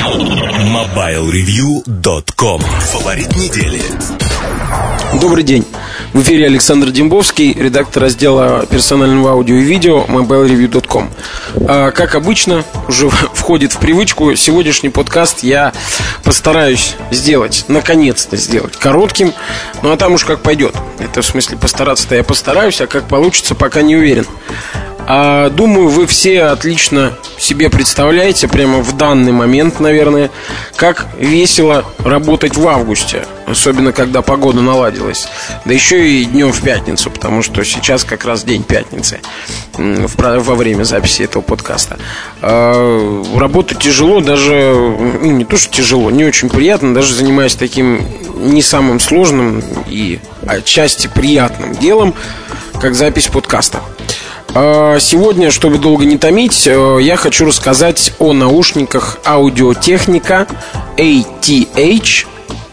MobileReview.com. Фаворит недели. Добрый день. В эфире Александр Дембовский, редактор раздела персонального аудио и видео MobileReview.com. Как обычно, уже входит в привычку, сегодняшний подкаст я постараюсь сделать, наконец-то сделать коротким. Ну а там уж как пойдет. Это в смысле постараться-то я постараюсь, а как получится, пока не уверен. Думаю, вы все отлично себе представляете, прямо в данный момент, наверное, как весело работать в августе. Особенно, когда погода наладилась. Да еще и днем в пятницу, потому что сейчас как раз день пятницы во время записи этого подкаста. Работать тяжело, даже, не то что тяжело, не очень приятно, даже занимаясь таким не самым сложным и отчасти приятным делом, как запись подкаста. Сегодня, чтобы долго не томить, я хочу рассказать о наушниках Audio-Technica ATH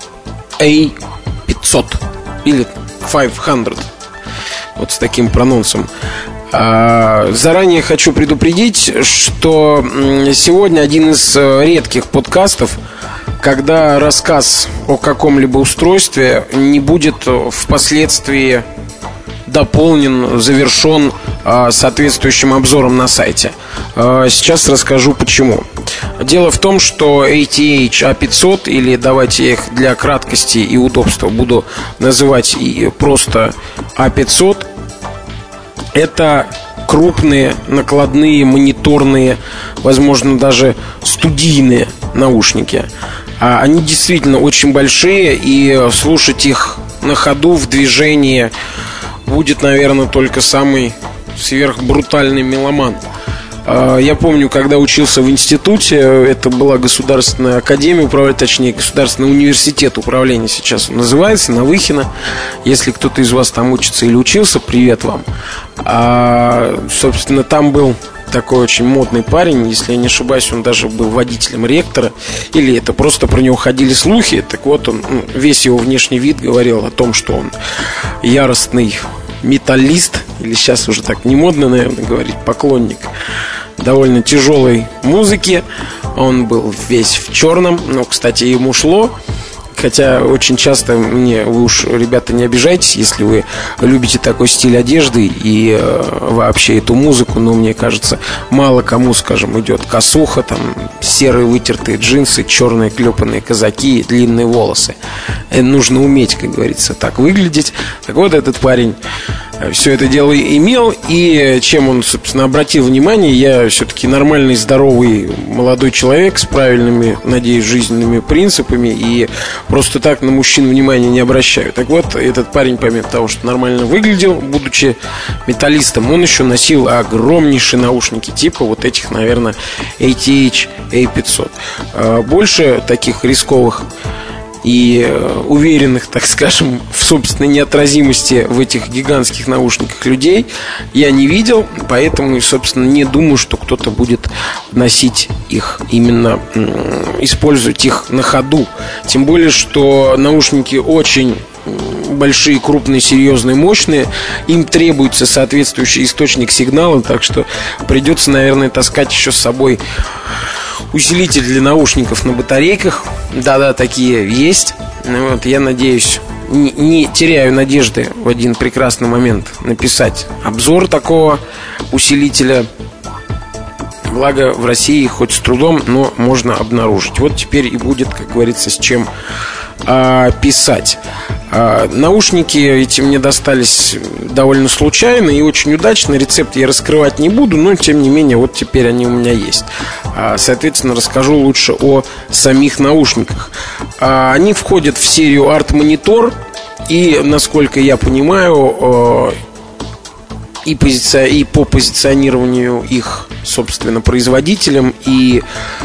A500 или 500, вот с таким прононсом. Заранее хочу предупредить, что сегодня один из редких подкастов, когда рассказ о каком-либо устройстве не будет впоследствии дополнен, завершен соответствующим обзором на сайте. Сейчас расскажу почему. Дело в том, что ATH A500, или давайте я их для краткости и удобства буду называть и просто A500, это крупные накладные мониторные, возможно даже студийные наушники. Они действительно очень большие, и слушать их на ходу, в движении будет, наверное, только самый сверхбрутальный меломан. Я помню, когда учился в институте, это была Государственная академия управления, точнее, Государственный университет управления сейчас он называется, Навыхино. Если кто-то из вас там учится или учился, привет вам. Собственно, там был такой очень модный парень, если я не ошибаюсь, он даже был водителем ректора, или это просто про него ходили слухи. Так вот, он, весь его внешний вид говорил о том, что он яростный металлист, или сейчас уже так не модно, наверное, говорить, поклонник довольно тяжелой музыки. Он был весь в черном, но, кстати, ему шло. Хотя очень часто мне, вы уж, ребята, не обижайтесь, если вы любите такой стиль одежды и вообще эту музыку, но мне кажется, мало кому, скажем, идет косуха, там серые вытертые джинсы, черные клепанные казаки и длинные волосы. Нужно уметь, как говорится, так выглядеть. Так вот, этот парень все это дело имел, и чем он, собственно, обратил внимание, я все-таки нормальный, здоровый молодой человек с правильными, надеюсь, жизненными принципами, и просто так на мужчин внимания не обращаю. Так вот, этот парень, помимо того, что нормально выглядел, будучи металлистом, он еще носил огромнейшие наушники, типа вот этих, наверное, ATH A500. Больше таких рисковых и уверенных, так скажем, в собственной неотразимости в этих гигантских наушниках людей я не видел, поэтому и, собственно, не думаю, что кто-то будет носить их, именно использовать их на ходу. Тем более, что наушники очень большие, крупные, серьезные, мощные. Им требуется соответствующий источник сигнала, так что придется, наверное, таскать еще с собой усилитель для наушников на батарейках. Да-да, такие есть. Вот, я надеюсь, не теряю надежды в один прекрасный момент написать обзор такого усилителя. Благо в России хоть с трудом, но можно обнаружить. Вот теперь и будет, как говорится, с чем писать. Наушники эти мне достались довольно случайно и очень удачно. Рецепт я раскрывать не буду, но тем не менее вот теперь они у меня есть. Соответственно, расскажу лучше о самих наушниках. Они входят в серию Art Monitor, и, насколько я понимаю, и по позиционированию их, собственно, производителям, и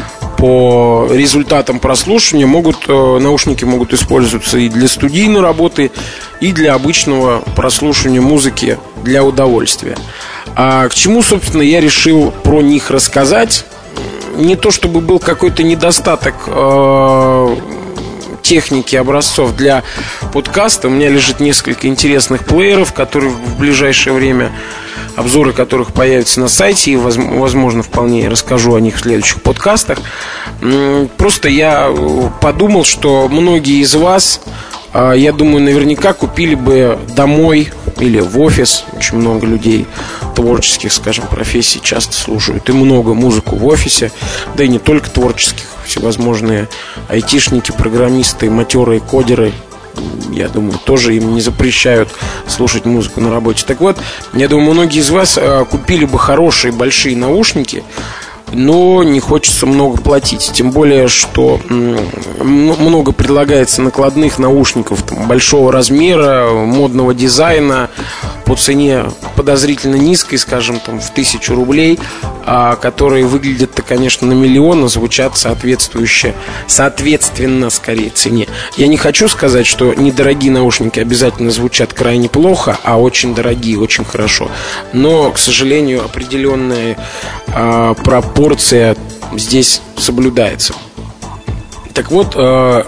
по результатам прослушивания наушники могут использоваться и для студийной работы, и для обычного прослушивания музыки для удовольствия. А к чему, собственно, я решил про них рассказать? Не то чтобы был какой-то недостаток техники, образцов для подкаста. У меня лежит несколько интересных плееров, которые в ближайшее время, обзоры которых появятся на сайте, и, возможно, вполне расскажу о них в следующих подкастах. Просто я подумал, что многие из вас, я думаю, наверняка купили бы домой или в офис. Очень много людей творческих, скажем, профессий часто слушают и много музыку в офисе. Да и не только творческих, всевозможные айтишники, программисты, матерые кодеры, я думаю, тоже им не запрещают слушать музыку на работе. Так вот, я думаю, многие из вас купили бы хорошие большие наушники, но не хочется много платить. Тем более, что много предлагается накладных наушников большого размера, модного дизайна, по цене подозрительно низкой, скажем, в 1000 рублей, которые выглядят-то, конечно, на миллион, а звучат соответственно, скорее, цене. Я не хочу сказать, что недорогие наушники обязательно звучат крайне плохо, а очень дорогие, очень хорошо. Но, к сожалению, определенная пропорция здесь соблюдается. Так вот, ATH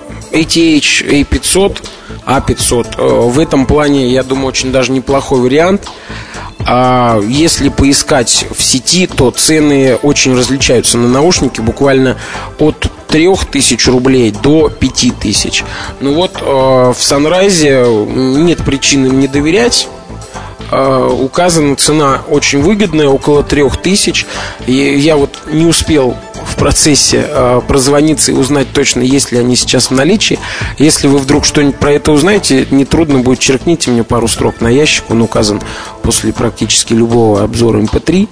A500 в этом плане, я думаю, очень даже неплохой вариант. Если поискать в сети, то цены очень различаются на наушники, буквально от 3000 рублей до 5000. Ну вот, в Sunrise нет причин им не доверять. Указана цена очень выгодная, около 3000. И я вот не успел в процессе прозвониться и узнать точно, есть ли они сейчас в наличии. Если вы вдруг что-нибудь про это узнаете, нетрудно будет, черкните мне пару строк на ящик. Он указан после практически любого обзора MP3.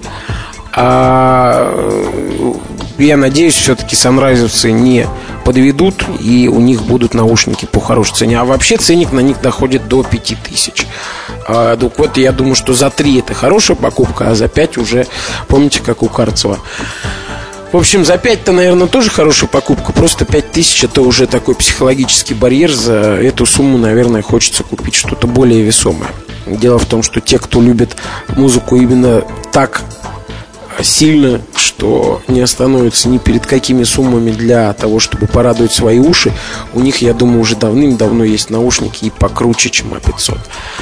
Я надеюсь, все-таки санрайзовцы не подведут, и у них будут наушники по хорошей цене. А вообще ценник на них доходит до 5000. Так вот, я думаю, что за 3 это хорошая покупка, а за 5 уже, помните, как у Карцева. В общем, за 5-то, наверное, тоже хорошая покупка. Просто 5000 это уже такой психологический барьер. За эту сумму, наверное, хочется купить что-то более весомое. Дело в том, что те, кто любит музыку именно так сильно, что не остановятся ни перед какими суммами для того, чтобы порадовать свои уши, у них, я думаю, уже давным-давно есть наушники и покруче, чем A500.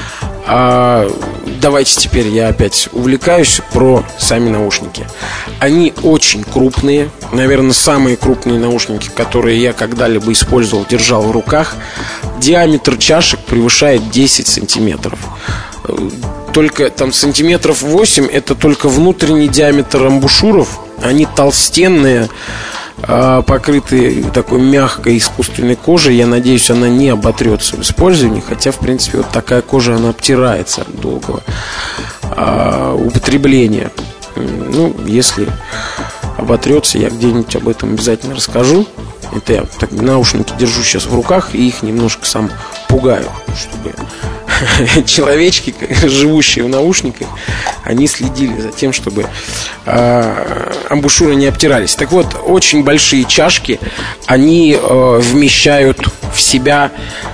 Давайте теперь я опять увлекаюсь про сами наушники. Они очень крупные. Наверное, самые крупные наушники, которые я когда-либо использовал, держал в руках. Диаметр чашек превышает 10 сантиметров. Только там сантиметров 8. Это только внутренний диаметр амбушюров. Они толстенные, покрытые такой мягкой искусственной кожей. Я надеюсь, она не оботрется в использовании. Хотя, в принципе, вот такая кожа, она обтирается от долгого употребления. Ну, если оботрется, я где-нибудь об этом обязательно расскажу. Это я так наушники держу сейчас в руках и их немножко сам пугаю, чтобы человечки, живущие в наушниках, они следили за тем, чтобы амбушюры не обтирались. Так вот, очень большие чашки, они вмещают в себя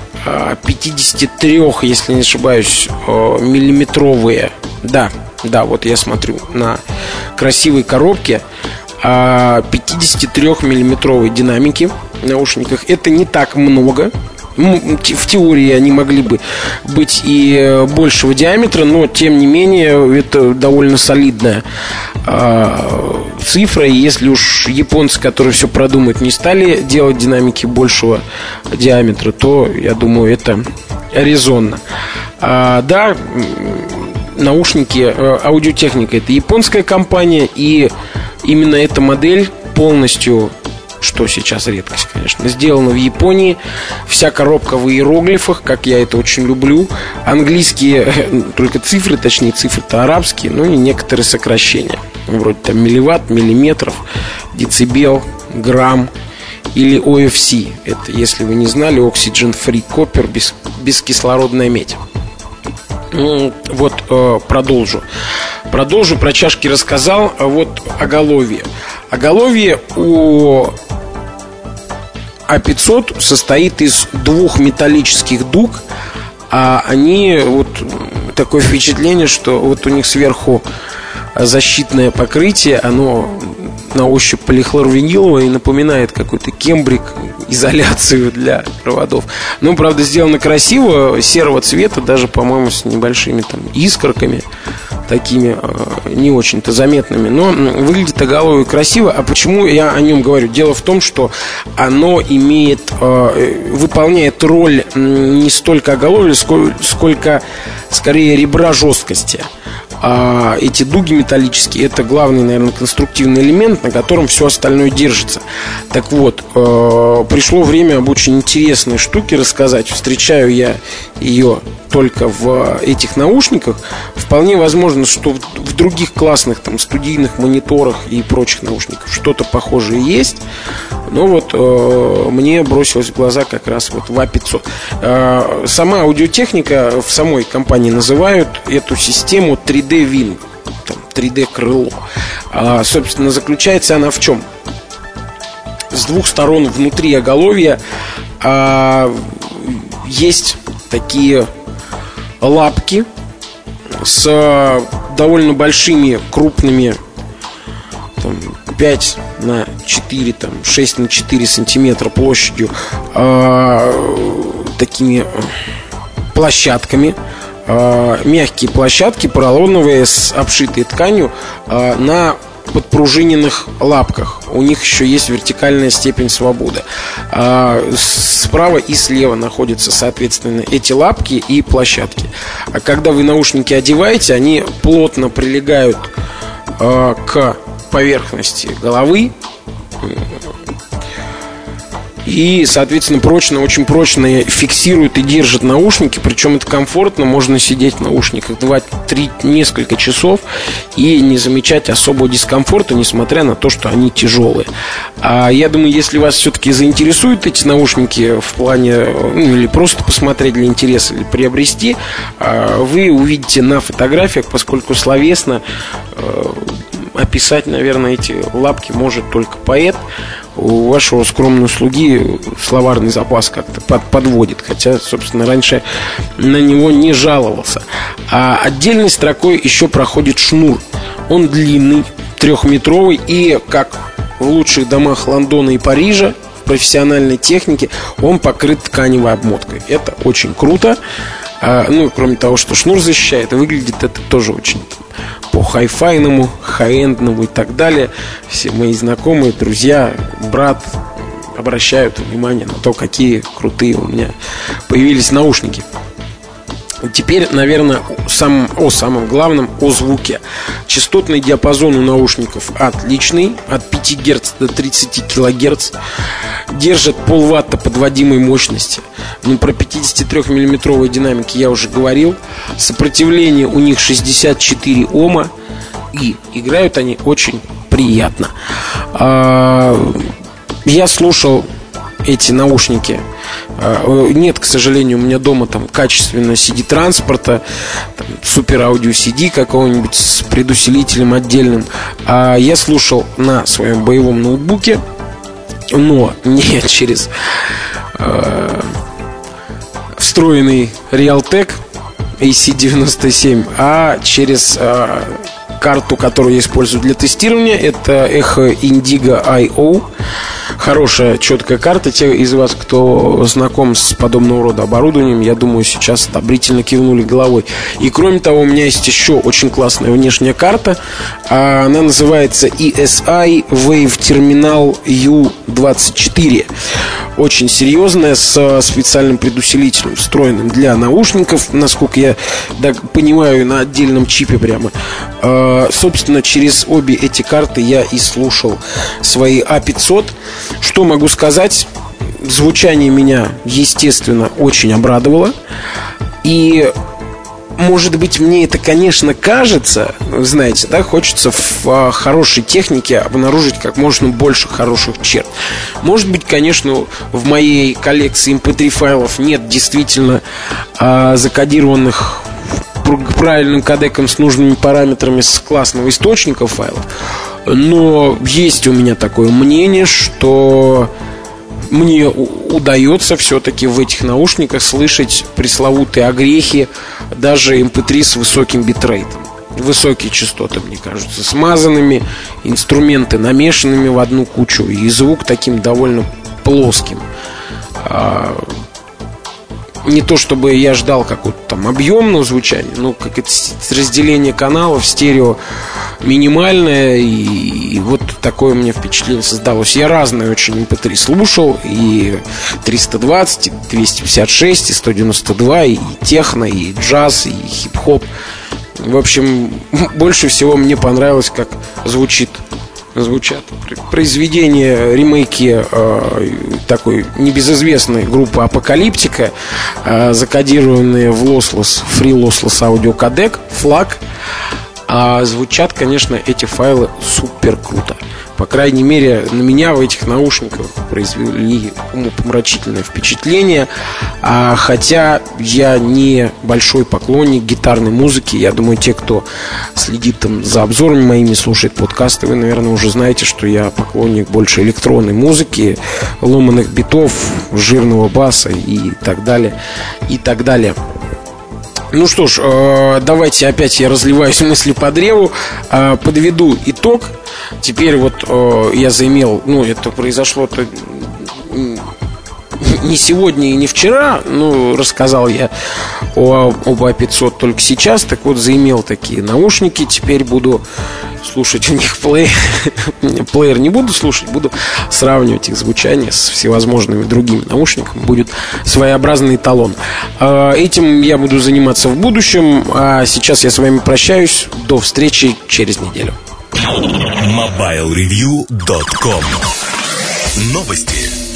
53, если не ошибаюсь, миллиметровые. Да, вот я смотрю на красивой коробке. 53-миллиметровые динамики в наушниках. Это не так много. В теории они могли бы быть и большего диаметра, но тем не менее это довольно солидная цифра. И если уж японцы, которые все продумают, не стали делать динамики большего диаметра, то, я думаю, это резонно. Да, наушники Audio-Technica — это японская компания, и именно эта модель полностью, что сейчас редкость, конечно, сделана в Японии. Вся коробка в иероглифах, как я это очень люблю. Английские только цифры, точнее цифры-то арабские, ну и некоторые сокращения, вроде там милливатт, миллиметров, децибел, грамм или OFC. Это, если вы не знали, Oxygen Free Copper, бескислородная медь. Вот, продолжу. Про чашки рассказал, а вот оголовье. Оголовье у A500 состоит из 2 металлических дуг, а они, вот такое впечатление, что вот у них сверху защитное покрытие, оно на ощупь полихлорвиниловая и напоминает какой-то кембрик, изоляцию для проводов. Ну, правда, сделано красиво, серого цвета, даже, по-моему, с небольшими там искорками, такими не очень-то заметными. Но выглядит оголовье красиво. А почему я о нем говорю? Дело в том, что оно выполняет роль не столько оголовья, сколько скорее ребра жесткости. А эти дуги металлические — это главный, наверное, конструктивный элемент, на котором все остальное держится. Так вот, пришло время об очень интересной штуке рассказать. Встречаю я ее только в этих наушниках. Вполне возможно, что в других классных там студийных мониторах и прочих наушниках что-то похожее есть. Но вот мне бросилось в глаза как раз вот VA500. Сама аудиотехника в самой компании называют эту систему 3D Wing, 3D крыло. Собственно, заключается она в чем? С двух сторон внутри оголовья есть такие лапки с довольно большими, крупными, там, 5 на 4, там, 6 на 4 сантиметра площадью, такими площадками, мягкие площадки поролоновые, обшитые тканью, на подпружиненных лапках. У них еще есть вертикальная степень свободы. Справа и слева находятся, соответственно, эти лапки и площадки. А когда вы наушники одеваете, они плотно прилегают к поверхности головы и, соответственно, очень прочно фиксирует и держит наушники. Причем это комфортно, можно сидеть в наушниках 2-3 несколько часов и не замечать особого дискомфорта, несмотря на то, что они тяжелые. Я думаю, если вас все-таки заинтересуют эти наушники в плане, или просто посмотреть для интереса, или приобрести, вы увидите на фотографиях, поскольку словесно описать, наверное, эти лапки может только поэт. У вашего скромного слуги словарный запас как-то подводит. Хотя, собственно, раньше на него не жаловался. А отдельной строкой еще проходит шнур. Он длинный, 3-метровый. И, как в лучших домах Лондона и Парижа, в профессиональной технике, он покрыт тканевой обмоткой. Это очень круто. Ну, кроме того, что шнур защищает, выглядит это тоже очень по хай-файному, хай-эндному и так далее. Все мои знакомые, друзья, брат обращают внимание на то, какие крутые у меня появились наушники. Теперь, наверное, о самом главном, о звуке. Частотный диапазон у наушников отличный, от 5 Гц до 30 кГц. Держит полватта подводимой мощности. Ну, про 53-миллиметровые динамики я уже говорил. Сопротивление у них 64 Ома. И играют они очень приятно. Я слушал эти наушники. Нет, к сожалению, у меня дома там качественно CD-транспорта, супер аудио CD какого-нибудь с предусилителем отдельным. Я слушал на своем боевом ноутбуке, но не через встроенный Realtek AC97, а через карту, которую я использую для тестирования. Это Echo Indigo IO. Хорошая, четкая карта. Те из вас, кто знаком с подобного рода оборудованием, я думаю, сейчас одобрительно кивнули головой. И кроме того, у меня есть еще очень классная внешняя карта. Она называется ESI Wave Terminal U24. Очень серьезная, с специальным предусилителем, встроенным для наушников, насколько я понимаю, на отдельном чипе прямо. Собственно, через обе эти карты я и слушал свои A500. Что могу сказать? Звучание меня, естественно, очень обрадовало. И, может быть, мне это, конечно, кажется, знаете, да, хочется в хорошей технике обнаружить как можно больше хороших черт. Может быть, конечно, в моей коллекции MP3 файлов нет действительно закодированных правильным кодеком с нужными параметрами с классного источника файлов. Но есть у меня такое мнение, что мне удается все-таки в этих наушниках слышать пресловутые огрехи даже MP3 с высоким битрейтом. высокие частоты, мне кажется, смазанными, инструменты намешанными в одну кучу, и звук таким довольно плоским. Не то чтобы я ждал какого-то там объемного звучания, но как-то разделение каналов, стерео минимальное, и вот такое мне впечатление создалось. Я разные очень MP3 слушал, и 320, и 256, и 192, и техно, и джаз, и хип-хоп. В общем, больше всего мне понравилось, как звучат произведения, ремейки такой небезызвестной группы Апокалиптика, закодированные в Lossless, Free Lossless Audio Codec, FLAC. Звучат, конечно, эти файлы супер круто. По крайней мере, на меня в этих наушниках произвели умопомрачительное впечатление. Хотя я не большой поклонник гитарной музыки. Я думаю, те, кто следит там за обзорами моими, слушает подкасты, вы, наверное, уже знаете, что я поклонник больше электронной музыки, ломаных битов, жирного баса и так далее, и так далее. Ну что ж, давайте опять я разливаюсь мысли по древу, подведу итог. Теперь вот я заимел, это произошло-то не сегодня и не вчера, рассказал я об A500 только сейчас. Так вот, заимел такие наушники. Теперь буду слушать у них плеер не буду слушать, буду сравнивать их звучание с всевозможными другими наушниками. Будет своеобразный эталон. Этим я буду заниматься в будущем. А сейчас я с вами прощаюсь. До встречи через неделю. MobileReview.com. Новости.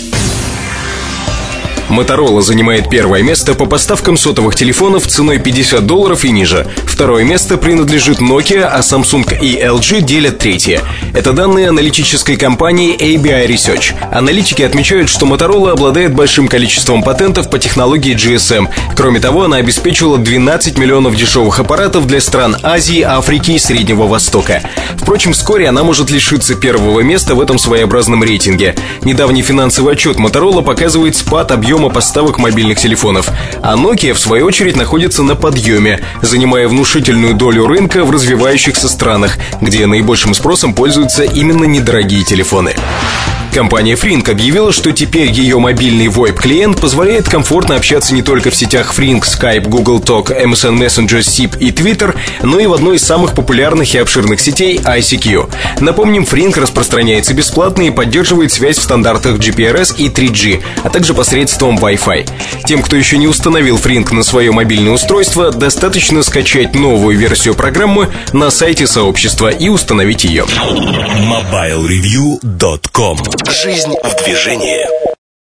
Motorola занимает первое место по поставкам сотовых телефонов ценой $50 и ниже. Второе место принадлежит Nokia, а Samsung и LG делят третье. Это данные аналитической компании ABI Research. Аналитики отмечают, что Motorola обладает большим количеством патентов по технологии GSM. Кроме того, она обеспечила 12 миллионов дешевых аппаратов для стран Азии, Африки и Среднего Востока. Впрочем, вскоре она может лишиться первого места в этом своеобразном рейтинге. Недавний финансовый отчет Motorola показывает спад объема поставок мобильных телефонов, а Nokia, в свою очередь, находится на подъеме, занимая внушительную долю рынка в развивающихся странах, где наибольшим спросом пользуются именно недорогие телефоны. Компания Frink объявила, что теперь ее мобильный VoIP-клиент позволяет комфортно общаться не только в сетях Frink, Skype, Google Talk, MSN Messenger, SIP и Twitter, но и в одной из самых популярных и обширных сетей ICQ. Напомним, Frink распространяется бесплатно и поддерживает связь в стандартах GPRS и 3G, а также посредством Wi-Fi. Тем, кто еще не установил Frink на свое мобильное устройство, достаточно скачать новую версию программы на сайте сообщества и установить ее. MobileReview.com. Жизнь в движении.